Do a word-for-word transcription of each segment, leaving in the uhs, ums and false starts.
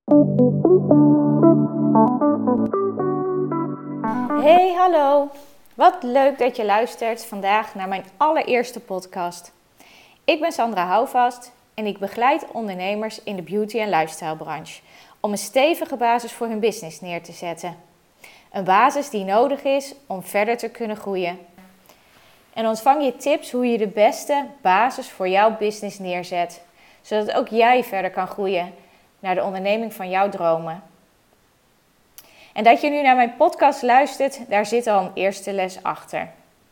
Hey, hallo! Wat leuk dat je luistert vandaag naar mijn allereerste podcast. Ik ben Sandra Houvast en ik begeleid ondernemers in de beauty- en lifestyle branche om een stevige basis voor hun business neer te zetten. Een basis die nodig is om verder te kunnen groeien. En ontvang je tips hoe je de beste basis voor jouw business neerzet, zodat ook jij verder kan groeien naar de onderneming van jouw dromen. En dat je nu naar mijn podcast luistert, daar zit al een eerste les achter.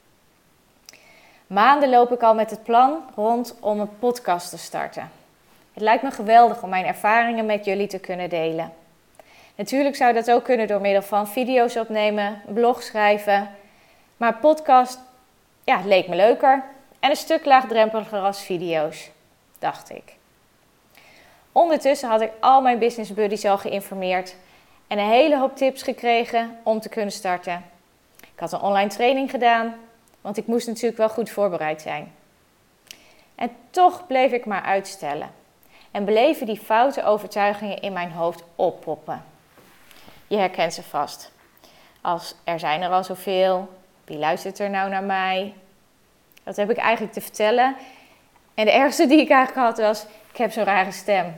Maanden loop ik al met het plan rond om een podcast te starten. Het lijkt me geweldig om mijn ervaringen met jullie te kunnen delen. Natuurlijk zou dat ook kunnen door middel van video's opnemen, een blog schrijven. Maar podcast ja, leek me leuker en een stuk laagdrempeliger als video's, dacht ik. Ondertussen had ik al mijn business buddies al geïnformeerd en een hele hoop tips gekregen om te kunnen starten. Ik had een online training gedaan, want ik moest natuurlijk wel goed voorbereid zijn. En toch bleef ik maar uitstellen en bleven die foute overtuigingen in mijn hoofd oppoppen. Je herkent ze vast. Als er zijn er al zoveel, wie luistert er nou naar mij? Wat heb ik eigenlijk te vertellen? En de ergste die ik eigenlijk had was, ik heb zo'n rare stem.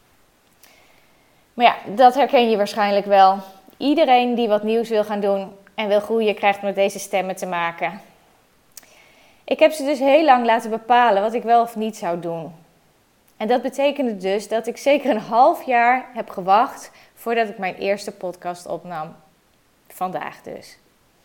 Maar ja, dat herken je waarschijnlijk wel. Iedereen die wat nieuws wil gaan doen en wil groeien, krijgt met deze stemmen te maken. Ik heb ze dus heel lang laten bepalen wat ik wel of niet zou doen. En dat betekende dus dat ik zeker een half jaar heb gewacht voordat ik mijn eerste podcast opnam. Vandaag dus.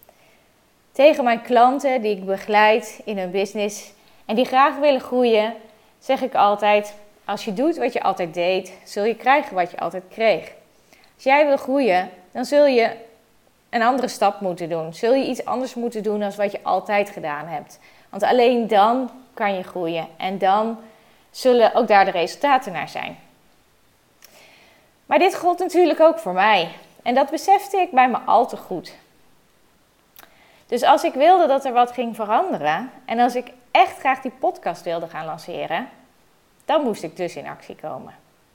Tegen mijn klanten die ik begeleid in hun business en die graag willen groeien, zeg ik altijd: als je doet wat je altijd deed, zul je krijgen wat je altijd kreeg. Als jij wil groeien, dan zul je een andere stap moeten doen. Zul je iets anders moeten doen dan wat je altijd gedaan hebt. Want alleen dan kan je groeien en dan zullen ook daar de resultaten naar zijn. Maar dit gold natuurlijk ook voor mij. En dat besefte ik bij me al te goed. Dus als ik wilde dat er wat ging veranderen en als ik echt graag die podcast wilde gaan lanceren, dan moest ik dus in actie komen.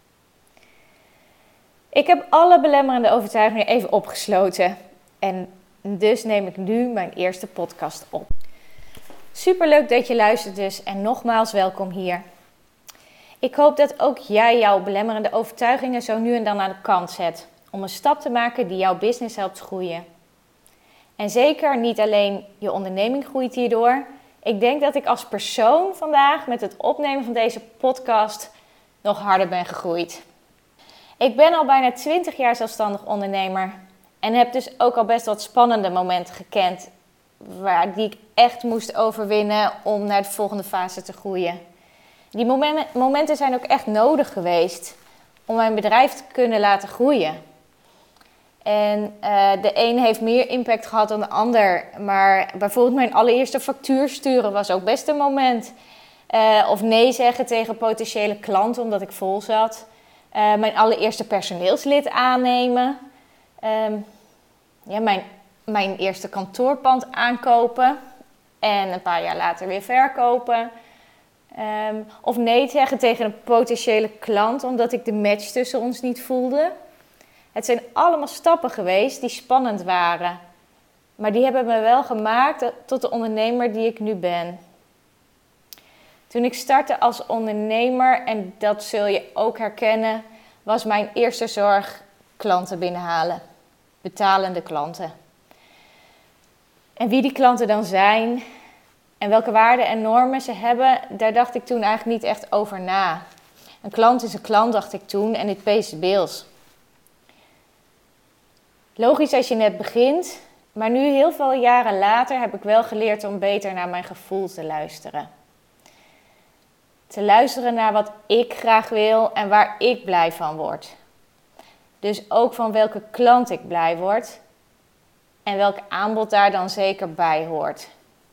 Ik heb alle belemmerende overtuigingen even opgesloten en dus neem ik nu mijn eerste podcast op. Superleuk dat je luistert dus en nogmaals welkom hier. Ik hoop dat ook jij jouw belemmerende overtuigingen zo nu en dan aan de kant zet om een stap te maken die jouw business helpt groeien. En zeker niet alleen je onderneming groeit hierdoor. Ik denk dat ik als persoon vandaag met het opnemen van deze podcast nog harder ben gegroeid. Ik ben al bijna twintig jaar zelfstandig ondernemer en heb dus ook al best wat spannende momenten gekend waar, die ik echt moest overwinnen om naar de volgende fase te groeien. Die momenten, momenten zijn ook echt nodig geweest om mijn bedrijf te kunnen laten groeien. En uh, de een heeft meer impact gehad dan de ander. Maar bijvoorbeeld mijn allereerste factuur sturen was ook best een moment. Uh, of nee zeggen tegen potentiële klanten omdat ik vol zat. Uh, mijn allereerste personeelslid aannemen. Um, ja, mijn, mijn eerste kantoorpand aankopen. En een paar jaar later weer verkopen. Um, of nee zeggen tegen een potentiële klant omdat ik de match tussen ons niet voelde. Het zijn allemaal stappen geweest die spannend waren. Maar die hebben me wel gemaakt tot de ondernemer die ik nu ben. Toen ik startte als ondernemer, en dat zul je ook herkennen, was mijn eerste zorg klanten binnenhalen. Betalende klanten. En wie die klanten dan zijn en welke waarden en normen ze hebben, daar dacht ik toen eigenlijk niet echt over na. Een klant is een klant, dacht ik toen, en it pays the bills. Logisch als je net begint, maar nu heel veel jaren later heb ik wel geleerd om beter naar mijn gevoel te luisteren. Te luisteren naar wat ik graag wil en waar ik blij van word. Dus ook van welke klant ik blij word en welk aanbod daar dan zeker bij hoort.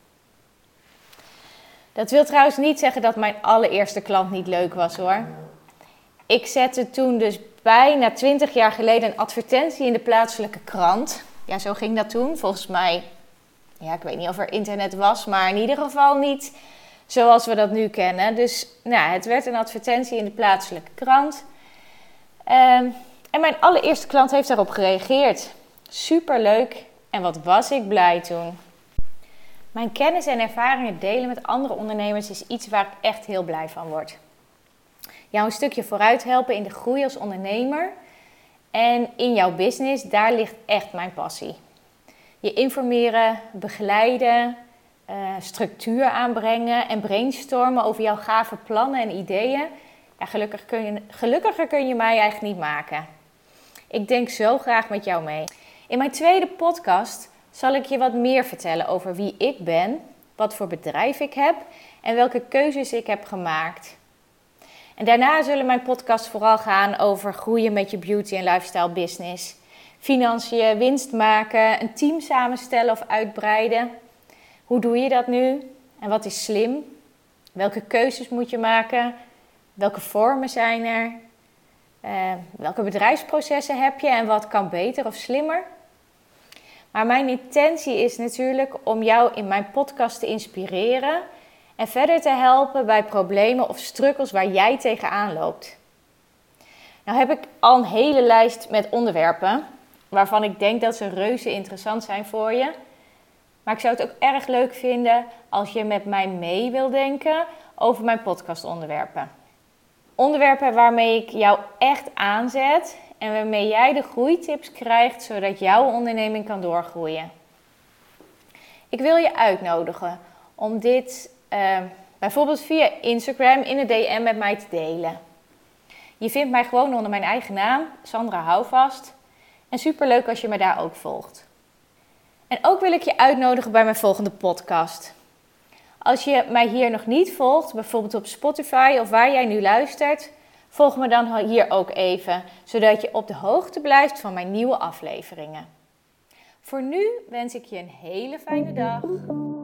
Dat wil trouwens niet zeggen dat mijn allereerste klant niet leuk was hoor. Ik zette toen dus bijna twintig jaar geleden een advertentie in de plaatselijke krant. Ja, zo ging dat toen. Volgens mij, ja, ik weet niet of er internet was, maar in ieder geval niet zoals we dat nu kennen. Dus nou, het werd een advertentie in de plaatselijke krant. Um, en mijn allereerste klant heeft daarop gereageerd. Superleuk en wat was ik blij toen. Mijn kennis en ervaringen delen met andere ondernemers is iets waar ik echt heel blij van word. Jou een stukje vooruit helpen in de groei als ondernemer en in jouw business, daar ligt echt mijn passie. Je informeren, begeleiden, uh, structuur aanbrengen en brainstormen over jouw gave plannen en ideeën. Ja, gelukkig kun je, gelukkiger kun je mij eigenlijk niet maken. Ik denk zo graag met jou mee. In mijn tweede podcast zal ik je wat meer vertellen over wie ik ben, wat voor bedrijf ik heb en welke keuzes ik heb gemaakt. En daarna zullen mijn podcasts vooral gaan over groeien met je beauty en lifestyle business. Financiën, winst maken, een team samenstellen of uitbreiden. Hoe doe je dat nu? En wat is slim? Welke keuzes moet je maken? Welke vormen zijn er? Uh, welke bedrijfsprocessen heb je en wat kan beter of slimmer? Maar mijn intentie is natuurlijk om jou in mijn podcast te inspireren en verder te helpen bij problemen of struggles waar jij tegenaan loopt. Nou heb ik al een hele lijst met onderwerpen waarvan ik denk dat ze reuze interessant zijn voor je. Maar ik zou het ook erg leuk vinden als je met mij mee wil denken over mijn podcastonderwerpen. Onderwerpen waarmee ik jou echt aanzet en waarmee jij de groeitips krijgt zodat jouw onderneming kan doorgroeien. Ik wil je uitnodigen om dit uh, bijvoorbeeld via Instagram in een D M met mij te delen. Je vindt mij gewoon onder mijn eigen naam, Sandra Houvast. En superleuk als je me daar ook volgt. En ook wil ik je uitnodigen bij mijn volgende podcast. Als je mij hier nog niet volgt, bijvoorbeeld op Spotify of waar jij nu luistert, volg me dan hier ook even, zodat je op de hoogte blijft van mijn nieuwe afleveringen. Voor nu wens ik je een hele fijne dag.